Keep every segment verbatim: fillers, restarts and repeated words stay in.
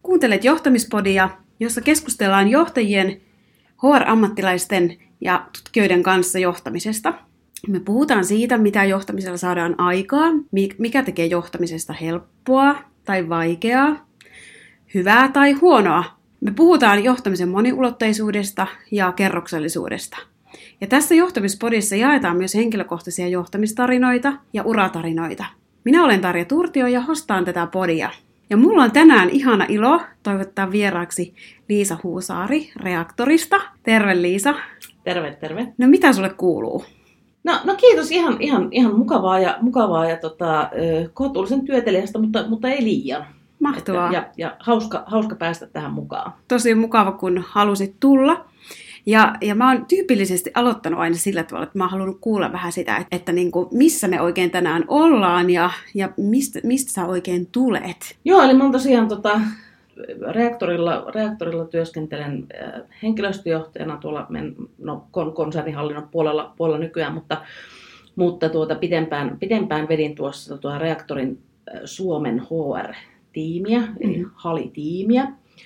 Kuuntelet Johtamispodia, jossa keskustellaan johtajien, H R-ammattilaisten ja tutkijoiden kanssa johtamisesta. Me puhutaan siitä, mitä johtamisella saadaan aikaan, mikä tekee johtamisesta helppoa tai vaikeaa, hyvää tai huonoa. Me puhutaan johtamisen moniulotteisuudesta ja kerroksellisuudesta. Ja tässä Johtamispodissa jaetaan myös henkilökohtaisia johtamistarinoita ja uratarinoita. Minä olen Tarja Turtio ja hostaan tätä podia. Ja mulla on tänään ihana ilo toivottaa vieraaksi Liisa Huusaari Reaktorista. Terve Liisa. Terve, terve. No mitä sulle kuuluu? No, no kiitos, ihan, ihan, ihan mukavaa ja, mukavaa ja tota, kohtuullisen työtelijästä, mutta, mutta ei liian. Mahtavaa. Että, ja ja hauska, hauska päästä tähän mukaan. Tosi mukava, kun halusit tulla. Ja, ja mä oon tyypillisesti aloittanut aina sillä tavalla, että mä oon halunnut kuulla vähän sitä, että, että niin kuin, missä me oikein tänään ollaan ja, ja mistä, mistä sä oikein tulet. Joo, eli mä oon tosiaan tota, reaktorilla, reaktorilla työskentelen äh, henkilöstöjohtajana tuolla men, no, kon, konsernihallinnon puolella, puolella nykyään, mutta, mutta tuota, pidempään, pidempään vedin tuossa tuota, reaktorin äh, Suomen H R-tiimiä, eli mm-hmm. H A L I-tiimiä.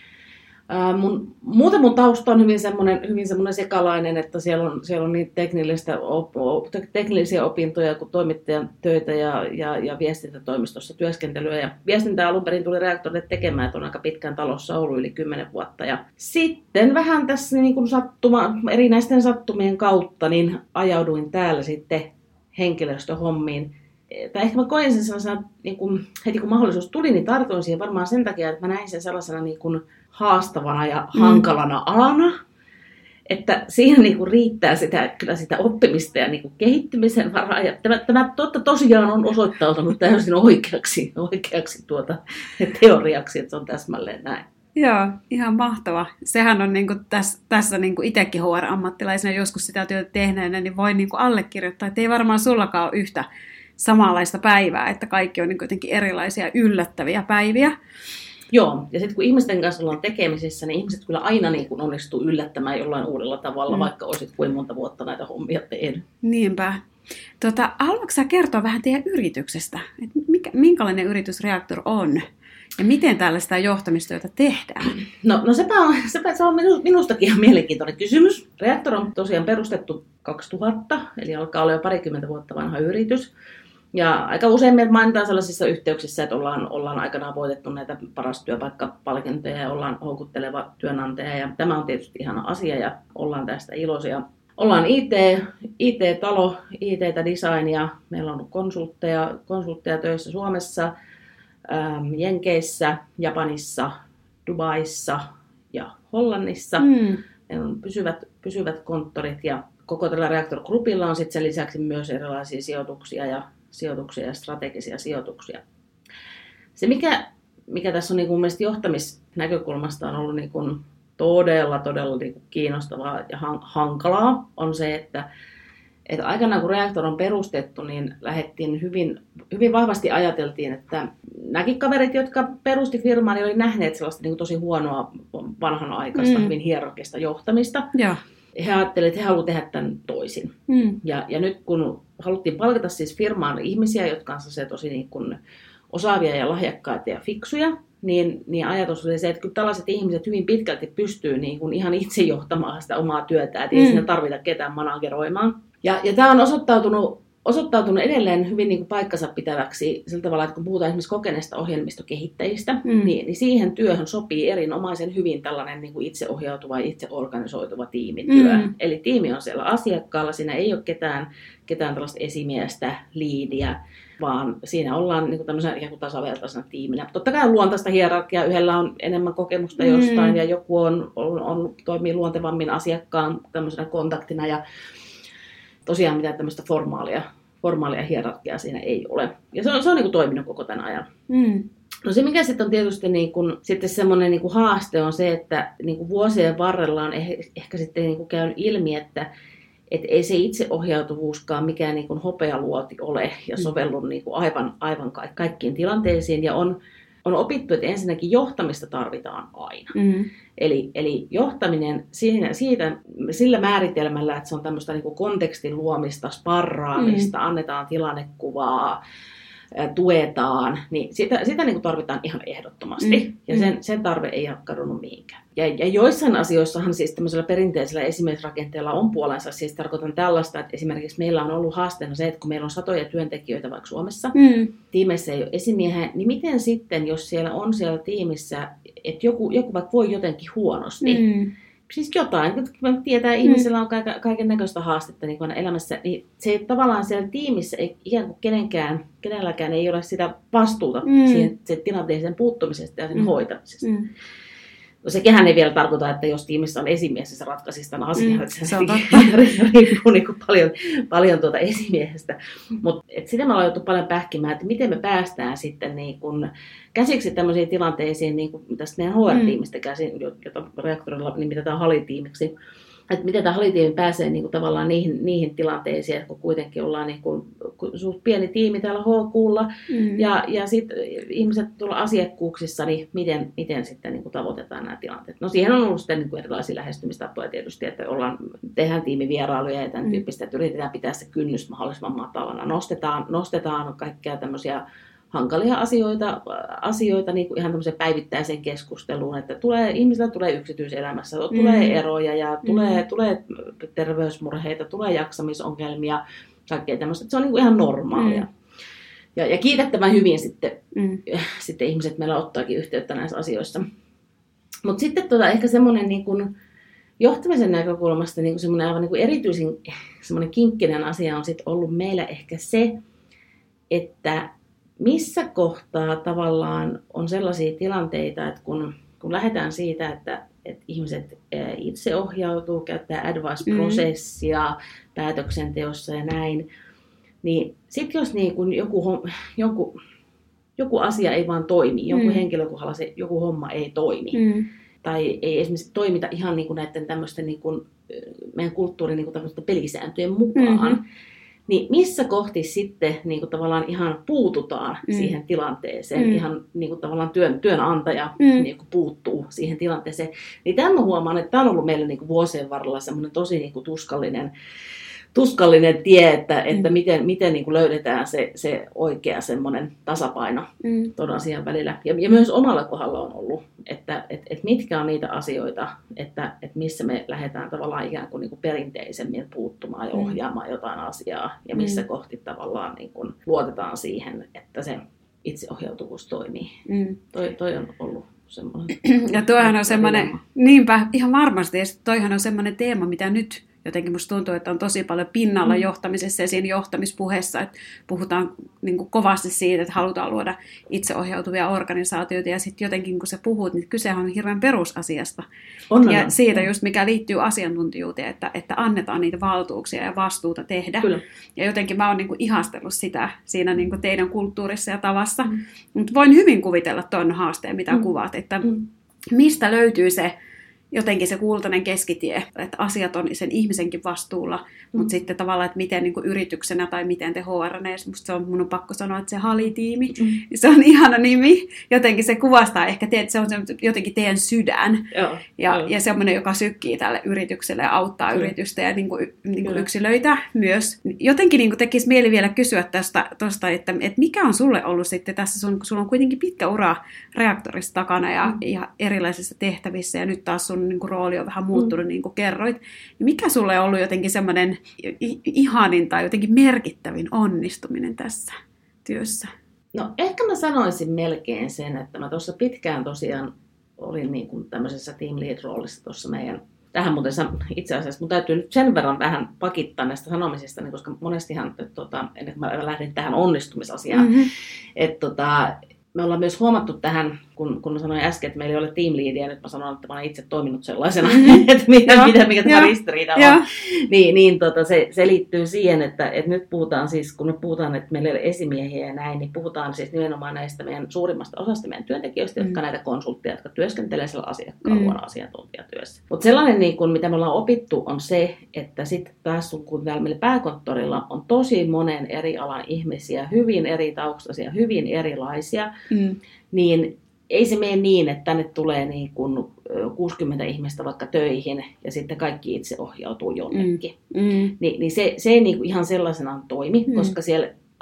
Ää, mun, muuten mun tausta on hyvin semmoinen, hyvin semmoinen sekalainen, että siellä on, siellä on niin teknillistä op, op, teknillisiä opintoja kuin toimittajan töitä ja, ja, ja viestintätoimistossa työskentelyä. Ja viestintää alun perin tuli reaktorille tekemään, että on aika pitkään talossa ollut yli kymmenen vuotta. Ja sitten vähän tässä niin kuin sattuma, erinäisten sattumien kautta niin ajauduin täällä sitten henkilöstöhommiin. Tai ehkä mä koin sen sellaisena, niin kuin, heti kun mahdollisuus tuli, niin tartuin siihen varmaan sen takia, että mä näin sen sellaisena niin kuin haastavana ja hankalana mm. alana, että siinä niin kuin riittää sitä, kyllä sitä oppimista ja niin kuin kehittymisen varaa. Ja tämä, tämä totta tosiaan on osoittautunut täysin oikeaksi, oikeaksi tuota, teoriaksi, että se on täsmälleen näin. Joo, ihan mahtava. Sehän on niin kuin tässä, tässä niin kuin itsekin H R-ammattilaisena joskus sitä työtä tehneenä, niin voi niin kuin allekirjoittaa, että ei varmaan sullakaan ole yhtä samanlaista päivää, että kaikki on niin jotenkin erilaisia yllättäviä päiviä. Joo, ja sitten kun ihmisten kanssa ollaan tekemisissä, niin ihmiset kyllä aina niin kuin onnistuu yllättämään jollain uudella tavalla, mm. vaikka olisit kuin monta vuotta näitä hommia tehnyt. Niinpä. Tota, haluatko sä kertoa vähän teidän yrityksestä? Et mikä, minkälainen yritys Reaktor on? Ja miten täällä sitä johtamistyötä tehdään? No, no sepä on, sepä, se on minustakin ihan mielenkiintoinen kysymys. Reaktor on tosiaan perustettu kaksituhatta, eli alkaa olla jo parikymmentä vuotta vanha yritys. Ja aika usein me mainitaan sellaisissa yhteyksissä, että ollaan, ollaan aikanaan voitettu näitä paras työpaikkapalkintoja ja ollaan houkutteleva työnantaja. Ja tämä on tietysti ihana asia ja ollaan tästä iloisia. Ollaan I T, I T-talo, I T:tä designia. Meillä on konsultteja, konsultteja töissä Suomessa, ähm, Jenkeissä, Japanissa, Dubaissa ja Hollannissa. Mm. Meillä on pysyvät, pysyvät konttorit ja koko tällä Reaktor Groupilla on sitten sen lisäksi myös erilaisia sijoituksia ja sijoituksia ja strategisia sijoituksia. Se, mikä, mikä tässä on niin kuin mielestäni johtamisnäkökulmasta on ollut niin kuin todella, todella niin kuin kiinnostavaa ja hankalaa, on se, että, että aikanaan kun Reaktor on perustettu, niin lähdettiin hyvin, hyvin vahvasti ajateltiin, että nämäkin kaverit, jotka perusti firmaa, niin oli nähneet sellaista niin kuin tosi huonoa vanhanaikaista, mm. hyvin hierarkista johtamista. Ja. He ajattelivat, että he haluavat tehdä tämän toisin. Mm. Ja, ja nyt kun haluttiin palkata siis firmaan ihmisiä, jotka on tosi niin kuin osaavia ja lahjakkaita ja fiksuja, niin, niin ajatus oli se, että kyllä tällaiset ihmiset hyvin pitkälti pystyy niin kuin ihan itse johtamaan sitä omaa työtä, että ei mm. siinä tarvita ketään manageroimaan. Ja, ja tämä on osoittautunut, osoittautunut edelleen hyvin niin kuin paikkansa pitäväksi sillä tavalla, että kun puhutaan esimerkiksi kokeneista ohjelmistokehittäjistä, mm. niin, niin siihen työhön sopii erinomaisen hyvin tällainen niin kuin itseohjautuva ja itseorganisoituva tiimityö. Mm. Eli tiimi on siellä asiakkaalla, siinä ei ole ketään, ketään tällaista esimiestä, liidiä, vaan siinä ollaan niin kuin tämmöisenä ikään kuin tasavertaisena tiiminä. Totta kai on luontaista hierarkiaa, yhdellä on enemmän kokemusta jostain mm. ja joku on, on, on, toimii luontevammin asiakkaan tämmöisenä kontaktina ja tosiaan mitään tämmöistä formaalia, formaalia hierarkiaa siinä ei ole. Ja se on, se on niin kuin toiminut koko tämän ajan. Mm. No se, mikä sitten on tietysti niin kuin, sitten semmoinen niin kuin haaste on se, että niin kuin vuosien varrella on eh, ehkä sitten niin kuin käynyt ilmi, että et ei se itseohjautuvuuskaan mikään niin kuin hopealuoti ole ja sovellu niin kuin aivan, aivan kaikkiin tilanteisiin. Ja on, on opittu, että ensinnäkin johtamista tarvitaan aina. Mm. Eli, eli johtaminen siinä, siitä, sillä määritelmällä, että se on tämmöistä niin kuin kontekstin luomista, sparraamista, mm. annetaan tilannekuvaa, tuetaan, niin sitä, sitä niin kuin tarvitaan ihan ehdottomasti. Mm. Ja sen, Mm. sen tarve ei ole kadonnut mihinkään. Ja, ja joissain asioissahan siis tämmöisellä perinteisellä esimiesrakenteella on puolensa. Siis tarkoitan tällaista, että esimerkiksi meillä on ollut haasteena se, että kun meillä on satoja työntekijöitä vaikka Suomessa, Mm. tiimeissä ei ole esimiehen, niin miten sitten, jos siellä on siellä tiimissä, että joku, joku vaikka voi jotenkin huonosti, Mm. siis jotain, kun tietää, että ihmisellä on kaiken näköistä haastetta niin elämässä, niin se tavallaan siellä tiimissä ei ikään kuin kenenkään, kenelläkään ei ole sitä vastuuta Mm. siihen sen tilanteeseen puuttumisesta ja sen Mm. hoitamisesta. Mm. No sekinhän ei vielä tarkoita, että jos tiimissä on esimies, niin se ratkaisisi tämän asian. Mm, Se, se on riippuu niin kuin paljon, paljon tuota esimiehestä. Mutta sitä me ollaan joutu paljon pähkimään, että miten me päästään sitten niin kuin käsiksi tämmöisiin tilanteisiin niin kuin tästä meidän H R-tiimistä käsin, jota reaktorilla nimitetään halitiimiksi. Että miten tämä halitiimi pääsee niin kuin tavallaan niihin, niihin tilanteisiin, että kun kuitenkin ollaan niin kuin, suht pieni tiimi täällä H Q:lla Mm. ja, ja sitten ihmiset tuolla asiakkuuksissa, niin miten, miten sitten niin kuin tavoitetaan nämä tilanteet. No siihen on ollut sitten niin kuin erilaisia lähestymistapoja tietysti, että ollaan, tehdään tiimivierailuja ja tämän Mm. tyyppistä, että yritetään pitää se kynnys mahdollisimman matalana. Nostetaan, nostetaan kaikkea tämmöisiä hankalia asioita, asioita niin kuin ihan tämmöiseen päivittäiseen keskusteluun, että tulee, ihmisillä tulee yksityiselämässä, Mm. tulee eroja ja tulee, Mm. tulee terveysmurheita, tulee jaksamisongelmia, kaikkea tämmöistä. Se on niin kuin ihan normaalia. Mm. Ja, ja kiitettävän hyvin sitten, Mm. sitten ihmiset meillä ottaakin yhteyttä näissä asioissa. Mutta sitten tota, ehkä semmoinen niin kuin johtamisen näkökulmasta niin kuin semmoinen aivan niin kuin erityisen semmoinen kinkkinen asia on sitten ollut meillä ehkä se, että missä kohtaa tavallaan on sellaisia tilanteita, että kun, kun lähdetään siitä, että, että ihmiset itse ohjautuu, käyttää advice-prosessia mm. päätöksenteossa ja näin, niin sitten jos niin kun joku, joku, joku asia ei vaan toimi, joku mm. henkilökohdalla se joku homma ei toimi, mm. tai ei esimerkiksi toimita ihan niin kuin näiden tämmöisten niin kuin meidän kulttuurin niin kuin tämmöisten pelisääntöjen mukaan, mm-hmm. niin missä kohti sitten niin kuin tavallaan ihan puututaan mm. siihen tilanteeseen, mm. ihan niin kuin tavallaan työn, työnantaja mm. niin kuin puuttuu siihen tilanteeseen. Niin tämän mä huomaan, että tämä on ollut meille niin kuin vuosien varrella semmoinen tosi niin kuin tuskallinen, tuskallinen tie, että, mm. että miten, miten niin kuin löydetään se, se oikea semmoinen tasapaino mm. ton asian välillä. Ja, ja myös omalla kohdalla on ollut, että et, et mitkä on niitä asioita, että et missä me lähdetään tavallaan ikään kuin, niin kuin perinteisemmin puuttumaan ja ohjaamaan mm. jotain asiaa, ja missä mm. kohti tavallaan niin kuin luotetaan siihen, että se itseohjautuvuus toimii. Mm. Toi, toi on ollut semmoinen. Ja toihan on semmoinen, niinpä ihan varmasti, ja toihan on semmoinen teema, mitä nyt jotenkin musta tuntuu, että on tosi paljon pinnalla mm. johtamisessa ja siinä johtamispuheessa, että puhutaan niin kuin kovasti siitä, että halutaan luoda itseohjautuvia organisaatioita, ja sitten jotenkin kun sä puhut, niin kysehän on hirveän perusasiasta. On, ja on, siitä on. Just mikä liittyy asiantuntijuuteen, että, että annetaan niitä valtuuksia ja vastuuta tehdä. Kyllä. Ja jotenkin mä oon niin kuin ihastellut sitä siinä niin kuin teidän kulttuurissa ja tavassa, mm. mutta voin hyvin kuvitella tuon haasteen, mitä mm. kuvaat, että mm. mistä löytyy se jotenkin se kultainen keskitie, että asiat on sen ihmisenkin vastuulla, mm. mutta sitten tavallaan, että miten niin kuin yrityksenä tai miten te H R:nä, ja musta se on, mun on pakko sanoa, että se halitiimi, mm. se on ihana nimi, jotenkin se kuvastaa ehkä, te, että se on jotenkin teidän sydän, Joo, ja, jo. ja semmoinen, joka sykkii tälle yritykselle ja auttaa Kyllä. yritystä ja niin kuin, niin kuin yksilöitä myös. Jotenkin niin kuin tekisi mieli vielä kysyä tästä, tosta, että, että mikä on sulle ollut sitten tässä, sun, kun sulla on kuitenkin pitkä ura reaktorissa takana ja, mm. ja erilaisissa tehtävissä, ja nyt taas sun niin kuin rooli on vähän muuttunut, mm. niin kuin kerroit. Mikä sulle on ollut jotenkin semmoinen ihanin tai jotenkin merkittävin onnistuminen tässä työssä? No ehkä mä sanoisin melkein sen, että mä tuossa pitkään tosiaan olin niin kuin tämmöisessä team lead-roolissa tuossa meidän, tähän muuten itse asiassa mun täytyy nyt sen verran vähän pakittaa näistä sanomisista, niin koska monestihan, tota, ennen kuin mä lähdin tähän onnistumisasiaan, mm-hmm. että tota, me ollaan myös huomattu tähän, kun, kun sanoin äsken, että meillä ei ole team leadia, nyt mä sanon, että mä olen itse toiminut sellaisena, mm-hmm. että mitä, mitä, mikä tämä ristiriita on. Niin, niin tota, se, se liittyy siihen, että, että nyt puhutaan siis, kun me puhutaan, että meillä ei ole esimiehiä ja näin, niin puhutaan siis nimenomaan näistä meidän suurimmasta osasta meidän työntekijöistä, mm-hmm. jotka näitä konsultteja, jotka työskentelee siellä asiakkaan luona mm-hmm. asiantuntijatyössä. Mutta sellainen, niin kun, mitä me ollaan opittu, on se, että sitten taas kun täällä meillä pääkonttorilla on tosi monen eri alan ihmisiä, hyvin eri taustaisia, hyvin erilaisia, mm. niin ei se mene niin, että tänne tulee niin kuin kuusikymmentä ihmistä vaikka töihin ja sitten kaikki itse ohjautuu jonnekin. Mm. Mm. Ni, niin se, se ei niin kuin ihan sellaisenaan toimi, mm. koska siellä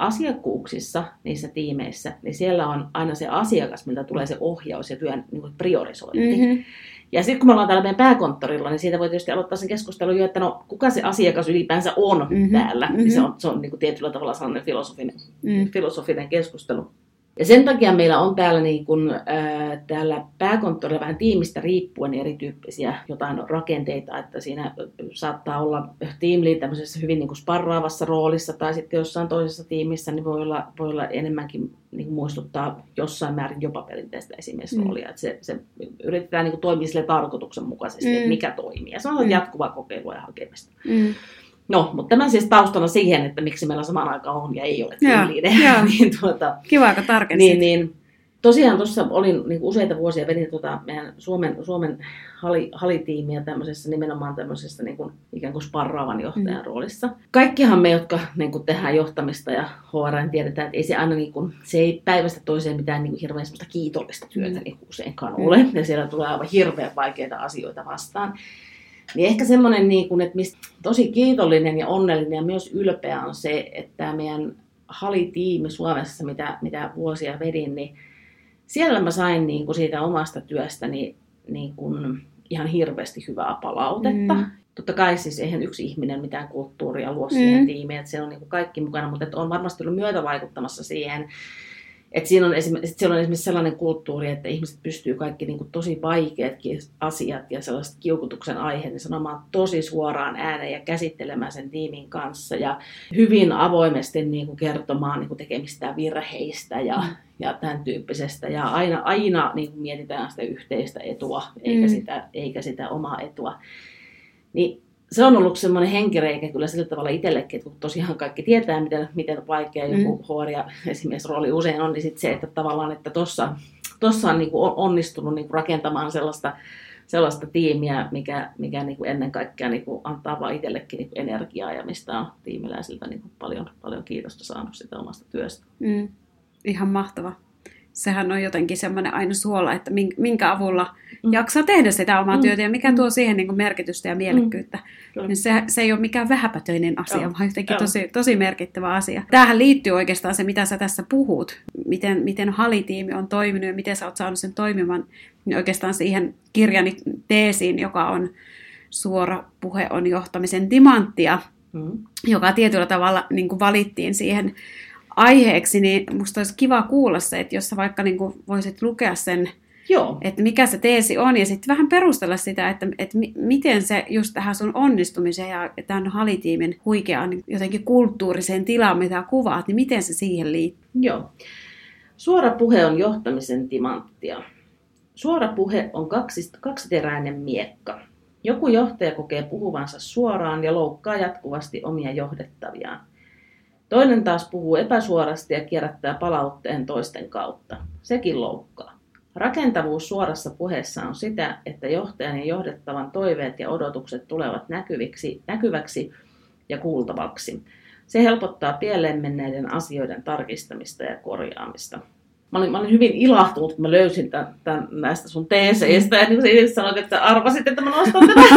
asiakkuuksissa niissä tiimeissä, niin siellä on aina se asiakas, miltä tulee se ohjaus ja työn niin kuin priorisointi. Mm-hmm. Ja sitten kun me ollaan täällä meidän pääkonttorilla, niin siitä voi tietysti aloittaa sen keskustelun jo, että no kuka se asiakas ylipäänsä on mm-hmm. täällä. Mm-hmm. Niin se on, se on niin kuin tietyllä tavalla sellainen filosofinen, mm-hmm. filosofinen keskustelu. Ja sen takia meillä on täällä, niin kuin, ää, täällä pääkonttorilla vähän tiimistä riippuen erityyppisiä jotain rakenteita, että siinä saattaa olla tiimiliin tämmöisessä hyvin niin kuin sparraavassa roolissa tai sitten jossain toisessa tiimissä niin voi olla, voi olla enemmänkin niin kuin muistuttaa jossain määrin jopa perinteistä esimiesroolia. Mm. Että se, se yritetään niin kuin toimia sille tarkoituksenmukaisesti, mm. että mikä toimii. Ja se on mm. jatkuvaa kokeilua ja hakemista. Mm. No, mutta tämä siis taustana siihen, että miksi meillä samaan aikaan on ja ei ole tiimiliide. niin, tuota, Kiva, aika tarkensit. Niin, niin, tosiaan tuossa olin niin useita vuosia, vedin tuota meidän Suomen, Suomen hali, halitiimiä tämmöisessä nimenomaan tämmöisessä niin kuin, ikään kuin sparraavan johtajan mm. roolissa. Kaikkihan me, jotka niin kuin tehdään johtamista ja H R, tiedetään, että ei se aina niin kuin, se ei päivästä toiseen mitään niin kuin hirveän semmoista kiitollista työtä mm. niin useinkaan ole. Mm. Ja siellä tulee aivan hirveän vaikeita asioita vastaan. Niin ehkä semmoinen, niin kuin, että mistä tosi kiitollinen ja onnellinen ja myös ylpeä on se, että meidän halitiimi Suomessa, mitä, mitä vuosia vedin, niin siellä mä sain niin kuin siitä omasta työstäni niin kuin ihan hirveästi hyvää palautetta. Mm. Totta kai siis eihän yksi ihminen mitään kulttuuria luo siihen mm. tiimiin, että se on niin kuin kaikki mukana, mutta että on varmasti ollut myötävaikuttamassa siihen, että siinä on, esimerkiksi, siellä on esimerkiksi sellainen kulttuuri, että ihmiset pystyy kaikki niin kuin tosi vaikeatkin asiat ja sellaiset kiukutuksen aiheet niin sanomaan tosi suoraan ääneen ja käsittelemään sen tiimin kanssa ja hyvin avoimesti niin kuin kertomaan niin kuin tekemistä virheistä ja, mm. ja tämän tyyppisestä. Ja aina, aina niin kuin mietitään sitä yhteistä etua eikä, mm. sitä, eikä sitä omaa etua. Niin, se on ollut semmoinen henkireikä kyllä sillä tavalla itsellekin, että kun tosiaan kaikki tietää, miten, miten vaikea mm. joku H R ja esimies rooli usein on, niin sitten se, että tavallaan, että tuossa on niinku onnistunut niinku rakentamaan sellaista, sellaista tiimiä, mikä, mikä niinku ennen kaikkea niinku antaa vaan itsellekin niinku energiaa ja mistä on tiimiläisiltä niinku paljon, paljon kiitosta saanut sitä omasta työstä. Mm. Ihan mahtava. Sehän on jotenkin semmoinen aina suola, että minkä avulla mm. jaksaa tehdä sitä omaa mm. työtä ja mikä tuo siihen niin kuin merkitystä ja mielekkyyttä. Mm. Se, se ei ole mikään vähäpätöinen asia, oh. vaan jotenkin tosi, tosi merkittävä asia. Tämähän liittyy oikeastaan se, mitä sä tässä puhut, miten, miten halitiimi on toiminut ja miten sä oot saanut sen toimimaan, niin oikeastaan siihen kirjani teesiin, joka on Suora puhe on johtamisen timanttia, mm. joka tietyllä tavalla niin kuin valittiin siihen aiheeksi, niin musta olisi kiva kuulla se, että jos sä vaikka niin kuin voisit lukea sen, Joo. että mikä se teesi on, ja sitten vähän perustella sitä, että, että miten se just tähän sun onnistumiseen ja tämän halitiimin huikeaan jotenkin kulttuuriseen tilaan, mitä kuvaat, niin miten se siihen liittyy? Joo. Suora puhe on johtamisen timanttia. Suora puhe on kaksi, kaksiteräinen miekka. Joku johtaja kokee puhuvansa suoraan ja loukkaa jatkuvasti omia johdettaviaan. Toinen taas puhuu epäsuorasti ja kierrättää palautteen toisten kautta. Sekin loukkaa. Rakentavuus suorassa puheessa on sitä, että johtajan ja johdettavan toiveet ja odotukset tulevat näkyviksi, näkyväksi ja kuultavaksi. Se helpottaa pieleen menneiden asioiden tarkistamista ja korjaamista. Mä olin, mä olin hyvin ilahtunut, kun mä löysin tämän, tämän näistä sun teeseistä. Ja niin kuin sä sanoit, että arvasit, että mä nostan tämän,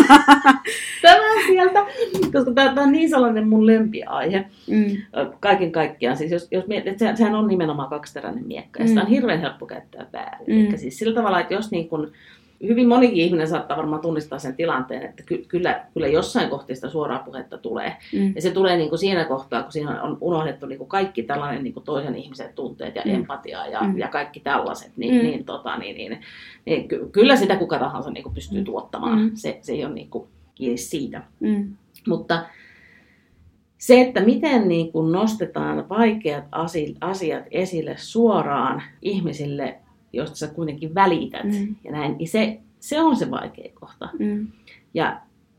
tämän sieltä. Koska tämä on niin sellainen mun lempiaihe. Mm. Kaiken kaikkiaan. Siis jos, jos mietit, että sehän on nimenomaan kaksiteräinen miekka. Ja sitä on hirveän helppo käyttää väärin. Mm. Eli siis sillä tavalla, että jos niin kun, hyvin monikin ihminen saattaa varmaan tunnistaa sen tilanteen, että ky- kyllä, kyllä jossain kohtaa sitä suoraa puhetta tulee. Mm. Ja se tulee niin kuin siinä kohtaa, kun siinä on unohdettu niin kuin kaikki tällainen niin kuin toisen ihmisen tunteet ja mm. empatiaa ja, mm. ja kaikki tällaiset. Niin, mm. niin, tota, niin, niin, niin, ky- kyllä sitä kuka tahansa niin kuin pystyy mm. tuottamaan. Mm. Se, se ei ole niin kuin kiinni siitä. Mm. Mutta se, että miten niin kuin nostetaan vaikeat asiat esille suoraan ihmisille, josta sä kuitenkin välität, mm. ja näin, niin se, se on se vaikea kohta. Mm. Ja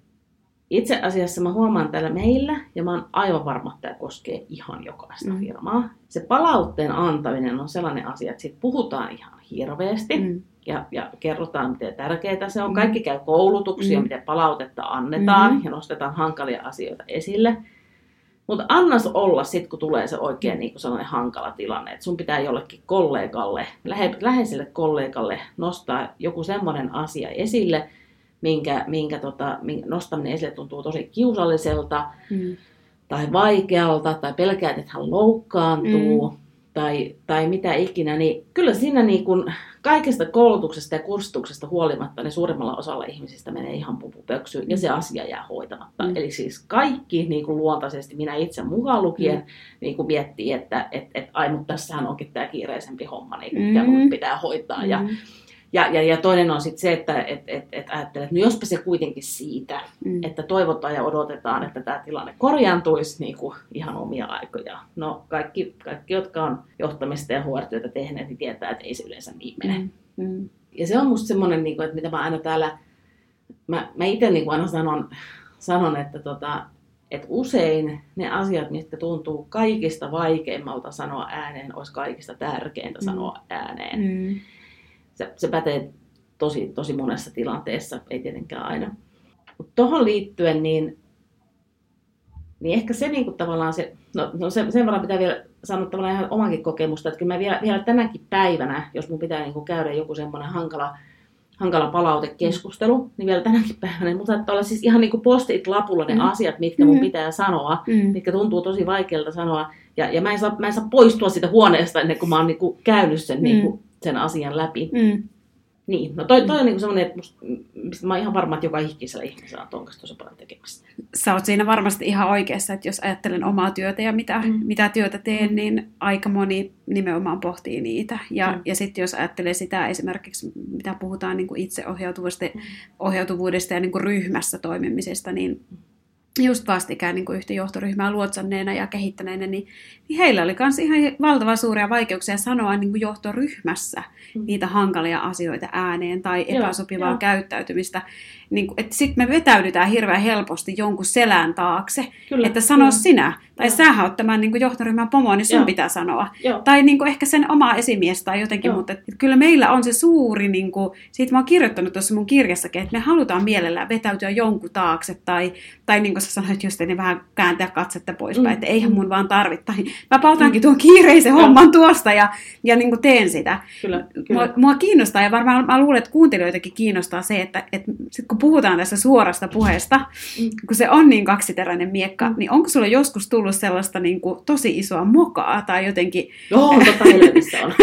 itse asiassa mä huomaan täällä meillä, ja mä oon aivan varma, että tämä koskee ihan jokaista mm. firmaa. Se palautteen antaminen on sellainen asia, että siitä puhutaan ihan hirveästi, mm. ja, ja kerrotaan, miten tärkeää se on. Mm. Kaikki käy koulutuksia, mm. miten palautetta annetaan, mm. ja nostetaan hankalia asioita esille. Mutta annas olla sitten, kun tulee se oikein niin sellainen hankala tilanne, että sun pitää jollekin kollegalle, lähe, läheiselle kollegalle nostaa joku semmoinen asia esille, minkä, minkä, tota, minkä nostaminen esille tuntuu tosi kiusalliselta. Mm. tai vaikealta, tai pelkäät, että hän loukkaantuu, mm. tai, tai mitä ikinä, niin kyllä siinä niin kuin kaikesta koulutuksesta ja kurssituksesta huolimatta niin suurimmalla osalla ihmisistä menee ihan pupupöksyyn, mm. ja se asia jää hoitamatta. Mm. Eli siis kaikki niin kuin luontaisesti, minä itse mukaan lukien, mm. niin kuin miettii, että et, et, ai, mutta tässähän onkin tämä kiireisempi homma, niin, mikä mm. mun pitää hoitaa. Mm. Ja, Ja, ja, ja toinen on sitten se, että et, et, et ajattelee, että no jospa se kuitenkin siitä, mm. että toivotaan ja odotetaan, että tämä tilanne korjaantuisi niin kuin ihan omia aikoja. No kaikki, kaikki, jotka on johtamista ja H R-työtä tehneet, niin tietää, että ei se yleensä niin mene. Mm. Mm. Ja se on musta semmoinen, niin kuin, että mitä mä aina täällä, mä, mä itse niin kuin aina sanon, sanon että, tota, että usein ne asiat, mitkä tuntuu kaikista vaikeimmalta sanoa ääneen, olisi kaikista tärkeintä mm. sanoa ääneen. Mm. Se, se pätee tosi, tosi monessa tilanteessa, ei tietenkään aina. Mutta tuohon liittyen, niin, niin ehkä se niinku tavallaan se, no, no sen, sen verran pitää vielä sanoa tavallaan ihan omankin kokemusta, että kyllä mä vielä, vielä tänäkin päivänä, jos mun pitää niinku käydä joku semmoinen hankala, hankala palautekeskustelu, mm. niin vielä tänäkin päivänä, niin mun saattaa olla siis ihan niinku post-it-lapulla ne mm. asiat, mitkä mun pitää sanoa, mm. mitkä tuntuu tosi vaikealta sanoa, ja, ja mä, en saa, mä en saa poistua siitä huoneesta ennen kuin mä oon niinku käynyt sen mm. niinku, sen asian läpi. Mm. Niin, no toi, toi on niinku semmoinen, että musta, mistä mä oon ihan varma, että joka ikisellä ihmisellä on ton kanssa tosi paljon tekemistä. Sä oot siinä varmasti ihan oikeassa, että jos ajattelen omaa työtä ja mitä, mm. mitä työtä teen, niin aika moni nimenomaan pohtii niitä. Ja, mm. ja sitten jos ajattelee sitä esimerkiksi, mitä puhutaan niin kuin itseohjautuvuudesta mm. ohjautuvuudesta ja niin kuin ryhmässä toimimisesta, niin just vastikään niin kuin yhtä johtoryhmää luotsanneena ja kehittäneenä, niin, niin heillä oli myös ihan valtavan suuria vaikeuksia sanoa niin kuin johtoryhmässä mm. niitä hankalia asioita ääneen tai epäsopivaa joo, käyttäytymistä. Niin sitten me vetäydytään hirveän helposti jonkun selän taakse, kyllä, että sano kyllä. sinä. Tai joo. sähän oot tämän niin kuin johtoryhmän pomo, niin sun joo. pitää sanoa. Joo. Tai niin kuin ehkä sen oma esimies tai jotenkin, joo. mutta että kyllä meillä on se suuri, niin kuin, siitä mä oon kirjoittanut tuossa mun kirjassakin, että me halutaan mielellään vetäytyä jonkun taakse. Tai, tai niin kuin sä sanoit just, niin vähän kääntää katsetta poispäin, mm. että eihän mun vaan tarvitse. Mä pautankin tuon kiireisen mm. homman tuosta ja, ja niin kuin teen sitä. Kyllä, kyllä. Mua, mua kiinnostaa ja varmaan mä luulen, että kuuntelijoitakin kiinnostaa se, että, että sit kun puhutaan tässä suorasta puheesta, mm. kun se on niin kaksiteräinen miekka, mm. niin onko sulla joskus tullut sellaista niin kuin tosi isoa mokaa tai jotenkin... Joo, totta helvetissä on.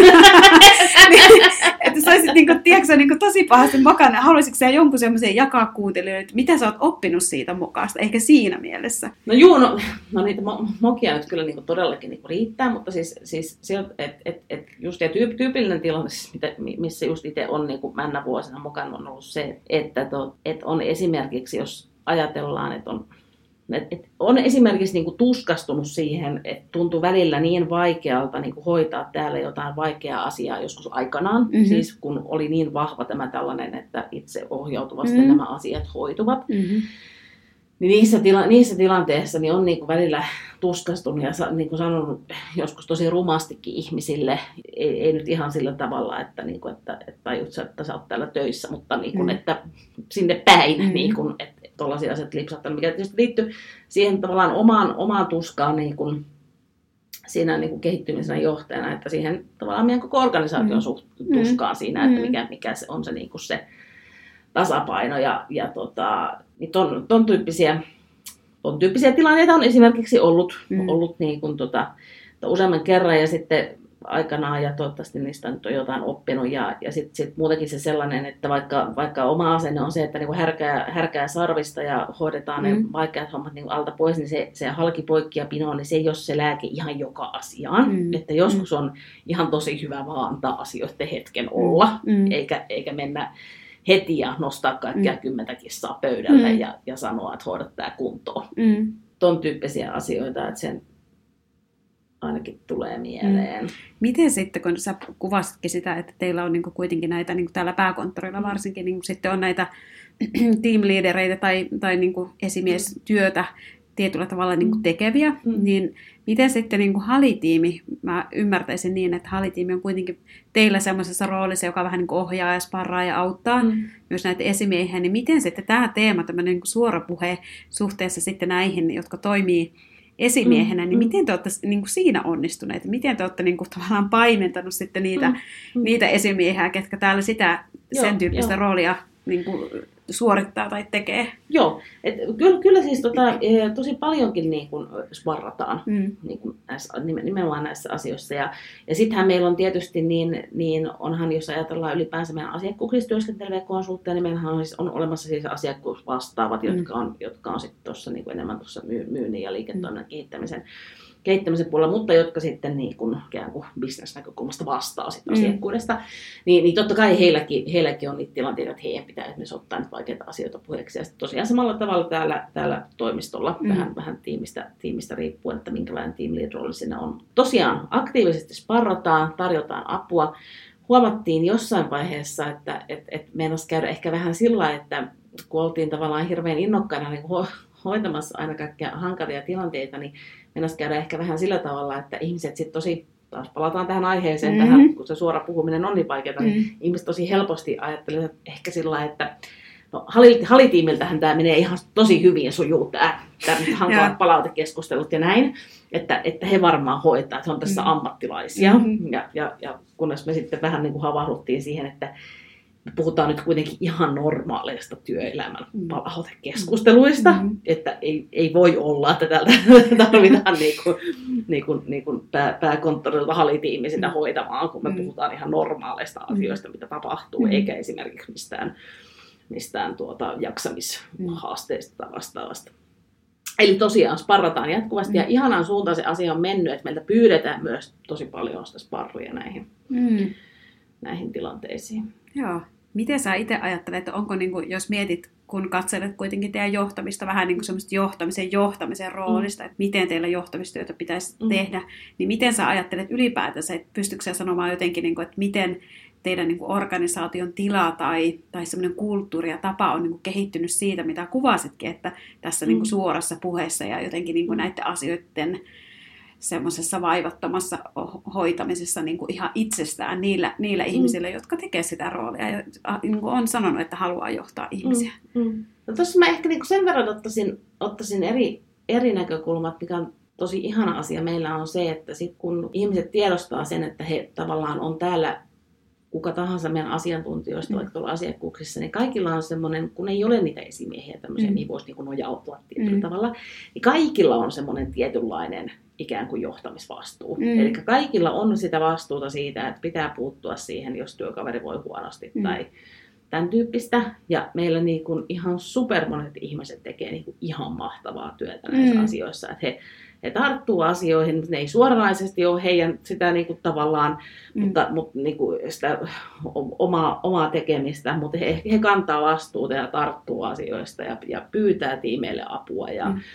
Että sä olisit niin kuin, tiedätkö, niin kuin tosi pahasti mokana. Haluaisitko sä jonkun semmoisen jakaa kuuntelijoille, että mitä sä oot oppinut siitä mokaasta, ehkä siinä mielessä? No juu, no, no niitä mo- mokia nyt kyllä niin kuin todellakin niin kuin riittää, mutta siis, siis että et, et just ja tyyp, tyypillinen tilanne, siis mitä, missä just itse on niin kuin männä vuosina mokana on ollut se, että to, et on esimerkiksi, jos ajatellaan, että on Et, et on esimerkiksi niinku tuskastunut siihen, että tuntuu välillä niin vaikealta niinku hoitaa täällä jotain vaikeaa asiaa joskus aikanaan, mm-hmm. siis kun oli niin vahva tämä tällainen, että itse ohjautuvasti mm-hmm. nämä asiat hoituvat. Mm-hmm. Niin niissä, tila, niissä tilanteissa niin on niinku välillä tuskastunut ja sa, niinku sanonut joskus tosi rumastikin ihmisille, ei, ei nyt ihan sillä tavalla, että, niinku, että, että tajut sä, että sä oot täällä töissä, mutta niinku, mm-hmm. että sinne päin, mm-hmm. niinku, että tuollaisia asiat lipsahtanut, mikä tietysti liittyy siihen tavallaan omaan, omaan tuskaan niin kuin siinä niin kuin kehittymisen johtajana, että siihen tavallaan meidän koko organisaation mm. tuskaan siinä, että mikä, mikä se on se, niin kuin se tasapaino. Ja, ja tota, niin ton, ton, tyyppisiä, ton tyyppisiä tilanteita on esimerkiksi ollut, mm. ollut niin kuin tota, useamman kerran ja sitten aikanaan ja toivottavasti niistä nyt on jotain oppinut ja, ja sitten sit muutenkin se sellainen, että vaikka, vaikka oma asenne on se, että niinku härkää, härkää sarvista ja hoidetaan mm. ne vaikeat hommat niinku alta pois, niin se, se halki poikki ja pino, niin se ei ole se lääke ihan joka asiaan. Mm. Että joskus on ihan tosi hyvä vaan antaa asioiden hetken olla, mm. eikä, eikä mennä heti ja nostaa kaikkia mm. kymmentä kissaa pöydälle mm. ja, ja sanoa, että hoidat tää kuntoon. Mm. Ton tyyppisiä asioita, että sen ainakin tulee mieleen. Mm. Miten sitten, kun sä kuvasitkin sitä, että teillä on niinku kuitenkin näitä, niinku täällä pääkonttorilla varsinkin, niinku sitten on näitä team-leadereitä tai, tai niinku esimiestyötä tietyllä tavalla niinku tekeviä, mm. niin miten sitten niinku halitiimi, mä ymmärtäisin niin, että halitiimi on kuitenkin teillä semmoisessa roolissa, joka vähän niinku ohjaa ja sparraa ja auttaa mm. myös näitä esimiehiä, niin miten sitten tämä teema, tämmöinen niinku suora puhe suhteessa sitten näihin, jotka toimii esimiehenä, mm, niin mm. miten te olette niin kuin siinä onnistuneet? Miten te olette niin kuin, tavallaan paimentanut sitten niitä, mm, mm. niitä esimiehiä, ketkä täällä sitä, joo, sen tyyppistä joo. roolia niin kuin suorittaa tai tekee. Joo, et kyllä, kyllä siis tota, tosi paljonkin niin kuin sparrataan mm. niin kuin näissä, nimenomaan näissä asioissa. Ja, ja sittenhän meillä on tietysti, niin, niin onhan jos ajatellaan ylipäänsä meidän asiakkuuksissa työskenteleviä konsultteja, niin meillähän on, siis, on olemassa siis asiakkuusvastaavat, mm. jotka on, jotka on sitten tuossa niin kuin enemmän tuossa myynnin ja liiketoiminnan mm. kehittämisen. kehittämisen puolella, mutta jotka sitten niin kuin, ikään kuin business-näkökulmasta vastaa sit mm. asiakkuudesta, niin, niin totta kai heilläkin, heilläkin on niitä tilanteita, että heidän pitää esimerkiksi ottaa nyt vaikeita asioita puheeksi. Ja tosiaan samalla tavalla täällä, täällä toimistolla, mm. vähän, vähän tiimistä, tiimistä riippuen, että minkälainen team lead rooli siinä on. Tosiaan aktiivisesti sparrataan, tarjotaan apua. Huomattiin jossain vaiheessa, että et, et meinasi käydä ehkä vähän sillä, että kun oltiin tavallaan hirveän innokkaina niin ho- hoitamassa aina kaikkia hankalia tilanteita, niin mennäisi käydä ehkä vähän sillä tavalla, että ihmiset sitten tosi, taas palataan tähän aiheeseen, mm-hmm. tähän, kun se suora puhuminen on niin vaikeaa, mm-hmm. niin ihmiset tosi helposti ajattelevat ehkä sillä, että no, halitiimiltähän tämä menee ihan tosi hyvin sujuu tämä, tämä hankalat palautekeskustelut ja näin, että, että he varmaan hoitaa, että he on tässä mm-hmm. ammattilaisia. Mm-hmm. Ja, ja, ja kunnes me sitten vähän niin kuin havahduttiin siihen, että me puhutaan nyt kuitenkin ihan normaaleista työelämän palautekeskusteluista, mm-hmm. että ei, ei voi olla, että täältä tarvitaan niin kuin, niin kuin, niin kuin pää, pääkonttorilta halitiimi sitä hoitamaan, kun me mm-hmm. puhutaan ihan normaaleista asioista, mitä tapahtuu, mm-hmm. eikä esimerkiksi mistään, mistään tuota jaksamishaasteista tai vastaavasta. Eli tosiaan sparrataan jatkuvasti ja ihanaan suuntaan se asia on mennyt, että meiltä pyydetään myös tosi paljon sitä sparria näihin, mm. näihin tilanteisiin. Joo. Miten sä itse ajattelet, että onko, niin kuin, jos mietit, kun katselet kuitenkin teidän johtamista vähän niin kuin semmoista johtamisen johtamisen roolista, mm. että miten teillä johtamistyötä pitäisi mm. tehdä, niin miten sä ajattelet ylipäätänsä, että pystytkö sä sanomaan jotenkin, niin kuin, että miten teidän niin kuin organisaation tila tai, tai semmoinen kulttuuri ja tapa on niin kuin kehittynyt siitä, mitä kuvasitkin, että tässä mm. niin kuin suorassa puheessa ja jotenkin niin kuin näiden asioiden semmoisessa vaivattomassa hoitamisessa niin kuin ihan itsestään niillä, niillä mm. ihmisillä, jotka tekee sitä roolia ja niin kuin on sanonut, että haluaa johtaa ihmisiä. Mm. Mm. No tuossa mä ehkä niin kuin sen verran ottaisin, ottaisin eri, eri näkökulmat, mikä on tosi ihana asia meillä on se, että sit kun ihmiset tiedostaa sen, että he tavallaan on täällä kuka tahansa meidän asiantuntijoista, mm. vaikka tuolla asiakkuuksissa, niin kaikilla on semmoinen, kun ei ole niitä esimiehiä tämmöisiä, mm. mihin voisi niin kuin nojautua tietyllä mm. tavalla, niin kaikilla on semmoinen tietynlainen ikään kuin johtamisvastuu. Mm. Eli kaikilla on sitä vastuuta siitä, että pitää puuttua siihen, jos työkaveri voi huonosti mm. tai tämän tyyppistä. Ja meillä niin kuin ihan supermonet ihmiset tekee niin kuin ihan mahtavaa työtä näissä mm. asioissa, että he He tarttuu asioihin, ne ei suoranaisesti ole heidän sitä niin kuin tavallaan, mm. mutta, mutta niin kuin sitä omaa, omaa tekemistä, mutta he, he kantaa vastuuta ja tarttuu asioista ja, ja pyytää tiimeille apua ja, mm.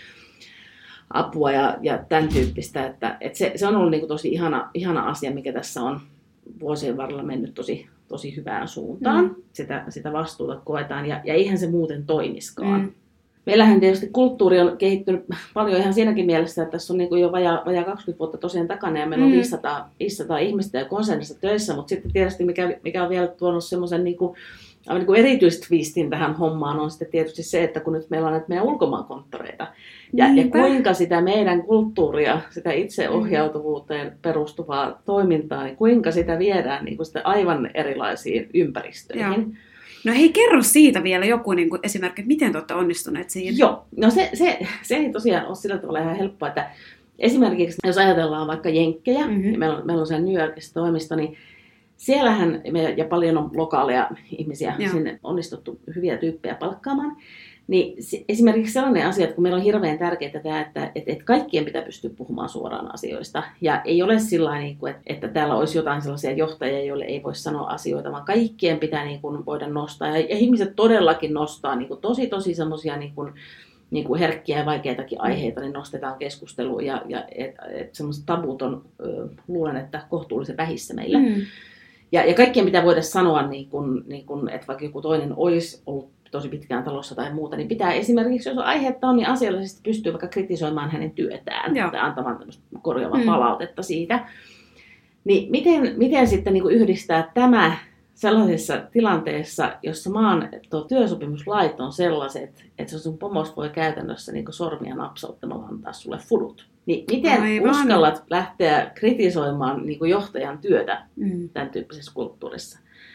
apua ja, ja tämän tyyppistä. Että, että se, se on ollut niin kuin tosi ihana, ihana asia, mikä tässä on vuosien varrella mennyt tosi, tosi hyvään suuntaan. Mm. Sitä, sitä vastuuta koetaan ja, ja eihän se muuten toimiskaan. Mm. Meillähän tietysti kulttuuri on kehittynyt paljon ihan siinäkin mielessä, että tässä on niin kuin jo vajaa, vajaa kaksikymmentä vuotta tosiaan takana ja meillä on mm. viisisataa, viisisataa ihmistä ja konsernissa töissä, mutta sitten tietysti mikä, mikä on vielä tuonut semmoisen niin kuin, niin kuin erityistwistin tähän hommaan on sitten tietysti se, että kun nyt meillä on näitä meidän ulkomaankonttoreita ja, ja kuinka sitä meidän kulttuuria, sitä itseohjautuvuuteen perustuvaa toimintaa, niin kuinka sitä viedään niin kuin sitä aivan erilaisiin ympäristöihin. Joo. No hei, kerro siitä vielä joku niin kuin esimerkki, että miten te olette onnistuneet siinä? Joo, no se, se, se ei tosiaan ole sillä tavalla ihan helppoa, että esimerkiksi jos ajatellaan vaikka jenkkejä, mm-hmm. niin meillä on, meillä on siellä New Yorkissa toimisto, niin siellähän, me, ja paljon on lokaaleja ihmisiä Joo. sinne onnistuttu hyviä tyyppejä palkkaamaan, niin se, esimerkiksi sellainen asia, että kun meillä on hirveän tärkeää tämä, että, että, että kaikkien pitää pystyä puhumaan suoraan asioista. Ja ei ole sillä niin kuin, että, että täällä olisi jotain sellaisia johtajia, joille ei voi sanoa asioita, vaan kaikkien pitää niin kuin voida nostaa. Ja, ja ihmiset todellakin nostaa niin kuin tosi tosi semmoisia niin kuin, niin kuin herkkiä ja vaikeitakin aiheita, niin nostetaan keskusteluun. Ja, ja et, et semmoiset tabut on, luulen, että kohtuullisen vähissä meillä. Mm. Ja, ja kaikkien pitää voida sanoa, niin kuin, niin kuin, että vaikka joku toinen olisi ollut tosi pitkään talossa tai muuta, niin pitää esimerkiksi, jos aihetta on, niin asiallisesti pystyy vaikka kritisoimaan hänen työtään Joo. tai antamaan tämmöistä korjaavaa mm. palautetta siitä. Niin miten, miten sitten niin kuin yhdistää tämä sellaisessa tilanteessa, jossa maan tuo työsopimuslait on sellaiset, että sun pomos voi käytännössä niin kuin sormia napsauttamalla antaa sulle fudut. Niin miten Aivan. uskallat lähteä kritisoimaan niin kuin johtajan työtä mm. tämän tyyppisessä kulttuurissa?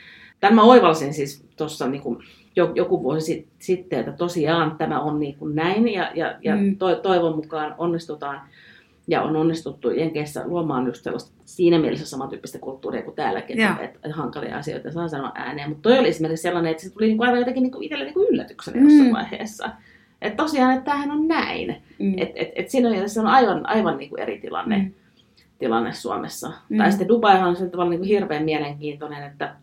Tämän mä oivalsin siis tuossa niin kuin joku vuosi sitten, että tosiaan tämä on niin kuin näin ja, ja, ja mm. to, toivon mukaan onnistutaan ja on onnistuttu Jenkeissä luomaan just sellaista siinä mielessä samantyyppistä kulttuuria kuin täälläkin, että, että hankalia asioita saa sanoa ääneen. Mutta toi oli esimerkiksi sellainen, että se tuli niin kuin aivan jotenkin niin kuin itselle niin kuin yllätyksenä mm. jossain vaiheessa. Että tosiaan, että tämähän on näin. Mm. Että et, et siinä on, se on aivan, aivan niin kuin eri tilanne, mm. tilanne Suomessa. Mm. Tai sitten Dubaihan on se tavallaan niin kuin hirveän mielenkiintoinen, että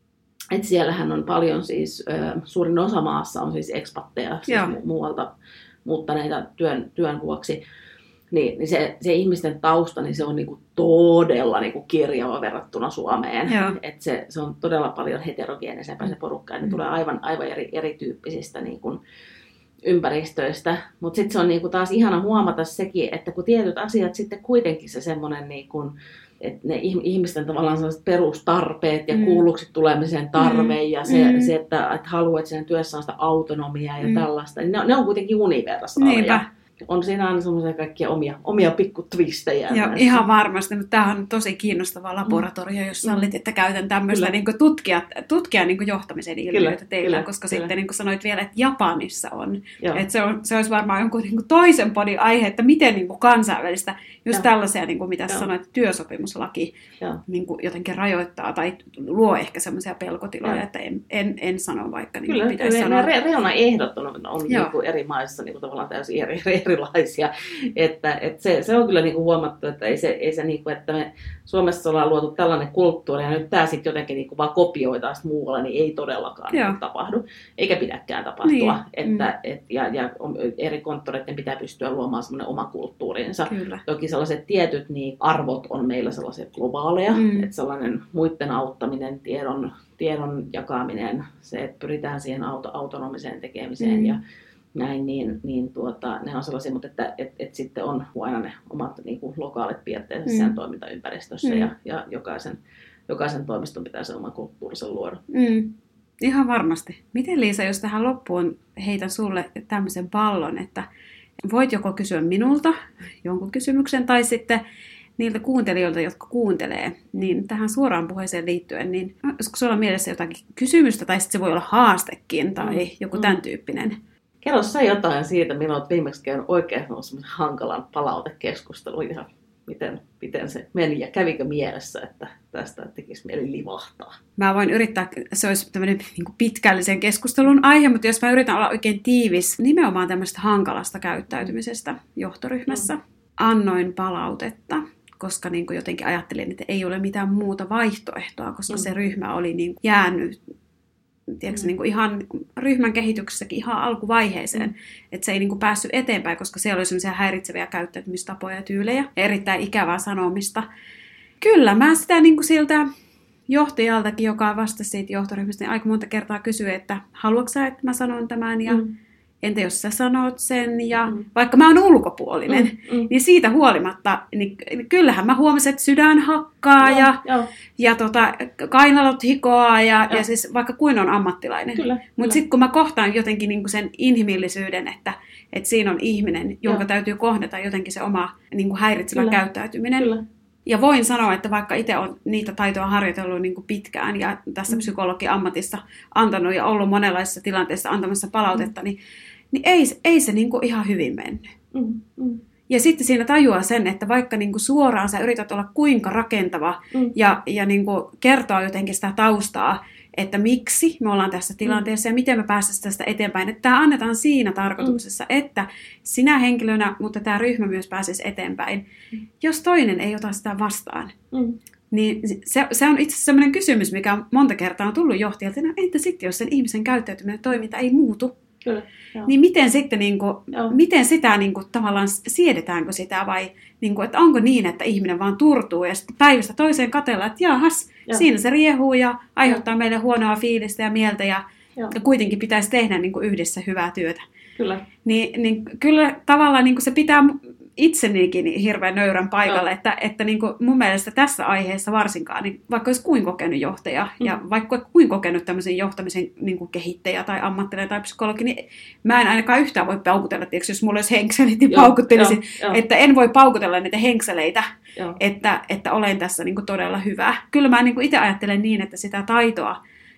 et siellähän on paljon siis, äh, suurin osa maassa on siis ekspatteja, siis mu- muualta muuttaneita työn, työn vuoksi. Niin, niin se, se ihmisten tausta, niin se on niinku todella niinku kirjava verrattuna Suomeen. Et se, se on todella paljon heterogeenisempää se porukka, ja ne mm. tulee aivan, aivan eri, erityyppisistä niinku ympäristöistä. Mutta sitten se on niinku taas ihana huomata sekin, että kun tietyt asiat sitten kuitenkin se semmoinen, niinku, että ne ihmisten tavallaan sellaiset perustarpeet ja mm. kuulluksi tulemisen tarve mm. ja se, mm. se että, että haluaa, että siinä työssä on sitä autonomiaa ja mm. tällaista, niin ne, ne on kuitenkin universaaleja. On siinä aina semmoisia kaikkia omia, omia pikku twistejä. Joo, ihan varmasti, mutta tämähän on tosi kiinnostava laboratorio, jos sallit, että käytän tämmöistä niin tutkia, tutkia niin johtamisen ilmiöitä teillä, kyllä, koska kyllä. Sitten niin kuin sanoit vielä, että Japanissa on. Että se, on se olisi varmaan jonkun niin toisen podin aihe, että miten niin kansainvälistä, just Joo. tällaisia, niin kuin mitä Joo. sanoit, että työsopimuslaki niin jotenkin rajoittaa tai luo ehkä semmoisia pelkotiloja, Joo. että en, en, en sano vaikka niin kyllä, pitäisi kyllä, sanoa. Kyllä, reunaehdot on, on niin kuin eri maissa niin kuin tavallaan täysin eri, erilaisia. Että, että se, se on kyllä niin kuin huomattu, että ei se, ei se niin kuin, että me Suomessa ollaan luotu tällainen kulttuuri ja nyt tämä sitten jotenkin niin kuin vaan kopioitaan muualla, niin ei todellakaan niin tapahdu. Eikä pidäkään tapahtua. Niin. Että, mm. et, ja, ja eri konttoreiden pitää pystyä luomaan semmoinen oma kulttuurinsa. Kyllä. Toki sellaiset tietyt niin arvot on meillä sellaiset globaaleja, mm. että sellainen muiden auttaminen, tiedon, tiedon jakaminen, se, että pyritään siihen auto, autonomiseen tekemiseen mm. ja näin, niin, niin tuota, ne on sellaisia, mutta että et, et sitten on aina ne omat niin kuin lokaalit piirteensä mm. sen toimintaympäristössä mm. ja, ja jokaisen, jokaisen toimiston pitää se oman kulttuurisen luoda. Mm. Ihan varmasti. Miten Liisa, jos tähän loppuun heitän sulle tämmöisen pallon, että voit joko kysyä minulta jonkun kysymyksen tai sitten niiltä kuuntelijoilta, jotka kuuntelee, niin tähän suoraan puheeseen liittyen, niin olisiko sulla mielessä jotakin kysymystä tai sitten se voi olla haastekin tai mm. joku tämän tyyppinen? Kerro sä jotain siitä, milloin olet viimeksi käynyt oikein hankalan palautekeskustelun ja miten, miten se meni ja kävikö mielessä, että tästä tekisi mieli livahtaa? Mä voin yrittää, se olisi tämmöinen niin pitkällisen keskustelun aihe, mutta jos mä yritän olla oikein tiivis nimenomaan tämmöistä hankalasta käyttäytymisestä johtoryhmässä, mm. annoin palautetta, koska niin kuin jotenkin ajattelin, että ei ole mitään muuta vaihtoehtoa, koska mm. se ryhmä oli niin jäänyt tiedätkö, mm. niin kuin ihan ryhmän kehityksessäkin ihan alkuvaiheeseen, mm. että se ei niin kuin päässyt eteenpäin, koska siellä oli sellaisia häiritseviä käyttäytymistapoja ja tyylejä, erittäin ikävää sanomista. Kyllä, mä sitä niin kuin siltä johtajaltakin, joka vastasi siitä johtoryhmästä, niin aika monta kertaa kysyi, että haluatko sä, että mä sanon tämän, ja mm. entä jos sä sanot sen, ja mm. vaikka mä oon ulkopuolinen, mm. Mm. niin siitä huolimatta, niin kyllähän mä huomasin, että sydän hakkaa, joo, ja, joo. ja tota, kainalot hikoaa, ja, ja siis vaikka kuin on ammattilainen. Mutta sitten kun mä kohtaan jotenkin niinku sen inhimillisyyden, että, että siinä on ihminen, jonka joo. täytyy kohdata jotenkin se oma niinku häiritsevä kyllä. käyttäytyminen. Kyllä. Ja voin sanoa, että vaikka itse olen niitä taitoja harjoitellut niin kuin pitkään ja tässä mm. psykologin ammatissa antanut ja ollut monenlaisissa tilanteissa antamassa palautetta, mm. niin, niin ei, ei se niin kuin ihan hyvin mennyt. Mm. Mm. Ja sitten siinä tajuaa sen, että vaikka niin kuin suoraan sä yrität olla kuinka rakentava mm. ja, ja niin kuin kertoa jotenkin sitä taustaa, että miksi me ollaan tässä tilanteessa ja miten me päästäisiin tästä eteenpäin. Että tämä annetaan siinä tarkoituksessa, mm. että sinä henkilönä, mutta tämä ryhmä myös pääsisi eteenpäin. Mm. Jos toinen ei ota sitä vastaan, mm. niin se, se on itse asiassa sellainen kysymys, mikä monta kertaa on tullut johtajalta. No, entä sitten, jos sen ihmisen käyttäytyminen ja toiminta ei muutu? Kyllä, niin miten sitten, niin kuin, miten sitä niin kuin, tavallaan siedetäänkö sitä vai niin kuin, että onko niin, että ihminen vaan turtuu ja sitten päivästä toiseen katsella, että jahas, Joo. siinä se riehuu ja aiheuttaa Joo. meille huonoa fiilistä ja mieltä ja, ja kuitenkin pitäisi tehdä niin kuin yhdessä hyvää työtä. Kyllä. Niin, niin kyllä tavallaan niin kuin se pitää itsenikin hirveän nöyrän paikalle, no. että, että niin kuin mun mielestä tässä aiheessa varsinkaan, niin vaikka olisi kuin kokenut johtaja mm. ja vaikka kuin kokenut tämmöisen johtamisen niin kuin kehittäjä tai ammattilainen tai psykologi, niin mä en ainakaan yhtään voi paukutella, tietysti jos mulla olisi henkselit, niin paukuttelisin, jo, jo. että en voi paukutella niitä henkseleitä, että, että olen tässä niin kuin todella hyvä. Kyllä mä niin kuin itse ajattelen niin, että sitä taitoa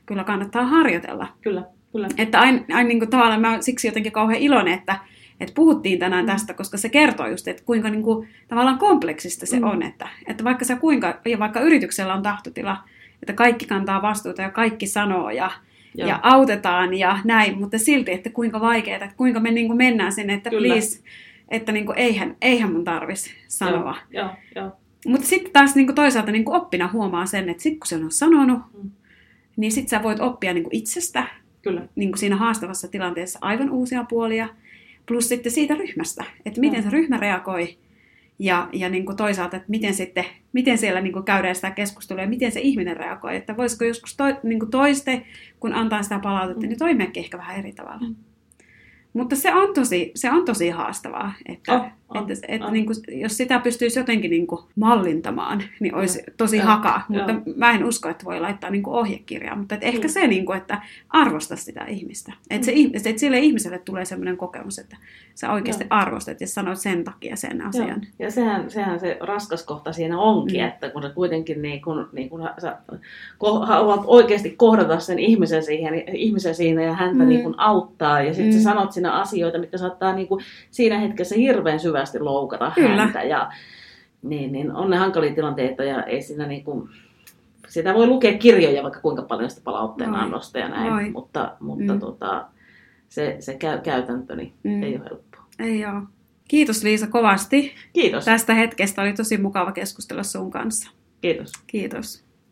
kyllä kannattaa harjoitella. Kyllä, kyllä. Että aina, aina niin kuin tavallaan mä oon siksi jotenkin kauhean iloinen, että, että puhuttiin tänään mm. tästä, koska se kertoo just, että kuinka niin kuin, tavallaan kompleksista se mm. on. Että, että vaikka sä kuinka, ja vaikka yrityksellä on tahtotila, että kaikki kantaa vastuuta ja kaikki sanoo ja, ja autetaan ja näin, mutta silti, että kuinka vaikeaa, että kuinka me niin kuin mennään sinne, että kyllä. please, että niin kuin, eihän, eihän mun tarvitsisi sanoa. Joo, joo, joo. Mutta sitten taas niin kuin toisaalta niin kuin oppina huomaa sen, että sitten kun se on sanonut, mm. niin sitten sä voit oppia niin kuin itsestä. Kyllä. Niin kuin siinä haastavassa tilanteessa aivan uusia puolia, plus sitten siitä ryhmästä, että miten se ryhmä reagoi ja, ja niin kuin toisaalta, että miten, sitten, miten siellä niin kuin käydään sitä keskustelua ja miten se ihminen reagoi, että voisiko joskus to, niin kuin toiste, kun antaa sitä palautetta, mm. niin toimiakin ehkä vähän eri tavalla. Mm. Mutta se on tosi, se on tosi haastavaa, että, oh, oh, että, että oh. Niin kuin, jos sitä pystyisi jotenkin niin kuin mallintamaan, niin olisi tosi ja, hakaa. Ja. Mutta mä en usko, että voi laittaa niin kuin ohjekirjaa, mutta että ehkä mm. se, niin kuin, että arvosta sitä ihmistä. Että, mm. se, että sille ihmiselle tulee sellainen kokemus, että sä oikeasti ja. arvostat ja sanot sen takia sen asian. Ja, ja sehän, sehän se raskas kohta siinä onkin, mm. että kun sä kuitenkin niin kun, niin kun sä haluat oikeasti kohdata sen ihmisen, siihen, ihmisen siinä ja häntä mm. niin kun auttaa ja sitten mm. sä sanot siinä asioita, mitkä saattaa niin kun siinä hetkessä hirveän syvästi loukata Kyllä. häntä. Ja, niin, niin on ne hankalia tilanteita ja ei siinä niin kuin, sitä voi lukea kirjoja vaikka kuinka paljon sitä palautteen annosta ja näin, Oi. mutta, mutta mm. tota, se, se käy, käytäntö niin mm. ei ole helppoa. Ei ole. Kiitos Liisa kovasti. Kiitos. Tästä hetkestä oli tosi mukava keskustella sun kanssa. Kiitos. Kiitos.